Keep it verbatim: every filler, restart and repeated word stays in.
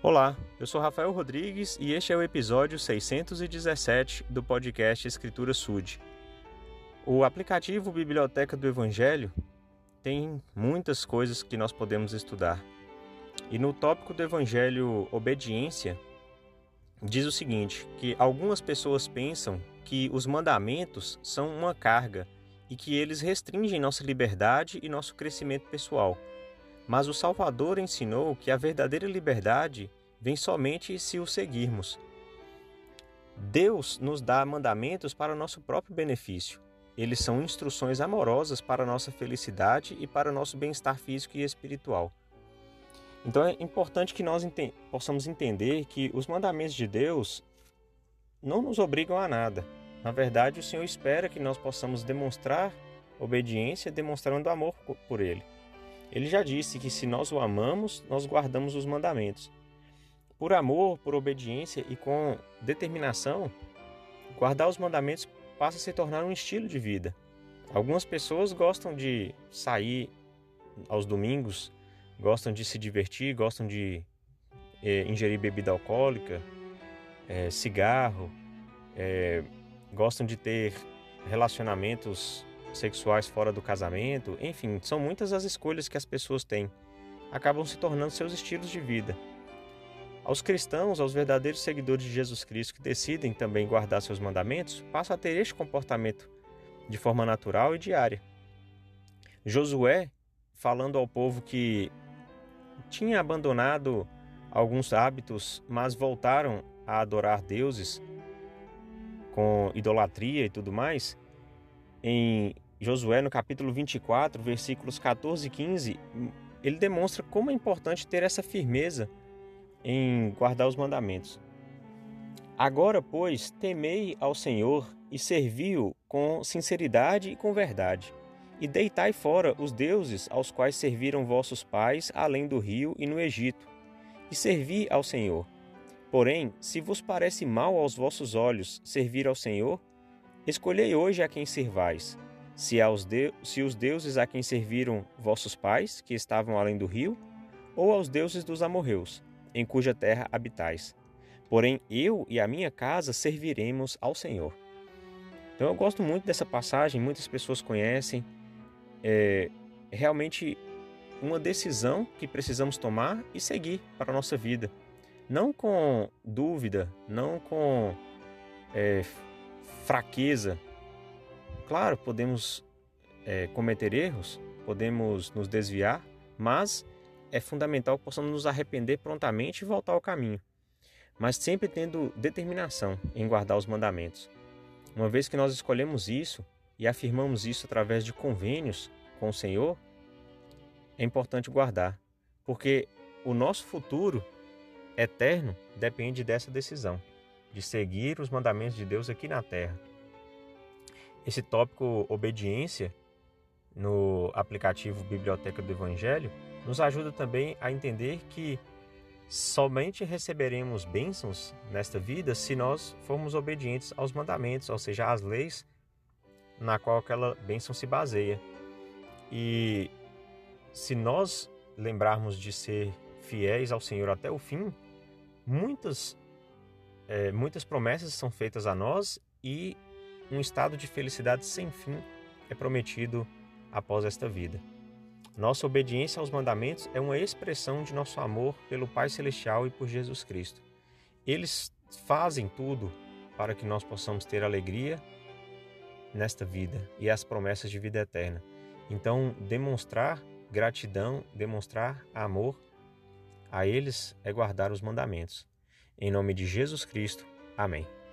Olá, eu sou Rafael Rodrigues e este é o episódio seiscentos e dezessete do podcast Escritura Sud. O aplicativo Biblioteca do Evangelho tem muitas coisas que nós podemos estudar. E no tópico do Evangelho Obediência, diz o seguinte, que algumas pessoas pensam que os mandamentos são uma carga e que eles restringem nossa liberdade e nosso crescimento pessoal. Mas o Salvador ensinou que a verdadeira liberdade vem somente se o seguirmos. Deus nos dá mandamentos para o nosso próprio benefício. Eles são instruções amorosas para a nossa felicidade e para o nosso bem-estar físico e espiritual. Então é importante que nós ente- possamos entender que os mandamentos de Deus não nos obrigam a nada. Na verdade, o Senhor espera que nós possamos demonstrar obediência, demonstrando amor por Ele. Ele já disse que se nós o amamos, nós guardamos os mandamentos. Por amor, por obediência e com determinação, guardar os mandamentos passa a se tornar um estilo de vida. Algumas pessoas gostam de sair aos domingos, gostam de se divertir, gostam de é, ingerir bebida alcoólica, é, cigarro, é, gostam de ter relacionamentos sexuais fora do casamento, enfim, são muitas as escolhas que as pessoas têm, acabam se tornando seus estilos de vida. Aos cristãos, aos verdadeiros seguidores de Jesus Cristo que decidem também guardar seus mandamentos, passam a ter este comportamento de forma natural e diária. Josué, falando ao povo que tinha abandonado alguns hábitos, mas voltaram a adorar deuses com idolatria e tudo mais, em Josué, no capítulo vinte e quatro, versículos catorze e quinze, ele demonstra como é importante ter essa firmeza em guardar os mandamentos. Agora, pois, temei ao Senhor e servi-o com sinceridade e com verdade, e deitai fora os deuses aos quais serviram vossos pais além do rio e no Egito, e servi ao Senhor. Porém, se vos parece mal aos vossos olhos servir ao Senhor, escolhei hoje a quem servais, se, aos de... se os deuses a quem serviram vossos pais, que estavam além do rio, ou aos deuses dos amorreus, em cuja terra habitais. Porém, eu e a minha casa serviremos ao Senhor. Então eu gosto muito dessa passagem, muitas pessoas conhecem. É realmente uma decisão que precisamos tomar e seguir para a nossa vida. Não com dúvida, não com é, fraqueza. Claro, podemos é, cometer erros, podemos nos desviar, mas é fundamental que possamos nos arrepender prontamente e voltar ao caminho, mas sempre tendo determinação em guardar os mandamentos. Uma vez que nós escolhemos isso e afirmamos isso através de convênios com o Senhor, é importante guardar, porque o nosso futuro eterno depende dessa decisão, de seguir os mandamentos de Deus aqui na terra. Esse tópico obediência no aplicativo Biblioteca do Evangelho nos ajuda também a entender que somente receberemos bênçãos nesta vida se nós formos obedientes aos mandamentos, ou seja, às leis na qual aquela bênção se baseia. E se nós lembrarmos de ser fiéis ao Senhor até o fim, muitas, é, muitas promessas são feitas a nós e um estado de felicidade sem fim é prometido após esta vida. Nossa obediência aos mandamentos é uma expressão de nosso amor pelo Pai Celestial e por Jesus Cristo. Eles fazem tudo para que nós possamos ter alegria nesta vida e as promessas de vida eterna. Então, demonstrar gratidão, demonstrar amor a eles é guardar os mandamentos. Em nome de Jesus Cristo. Amém.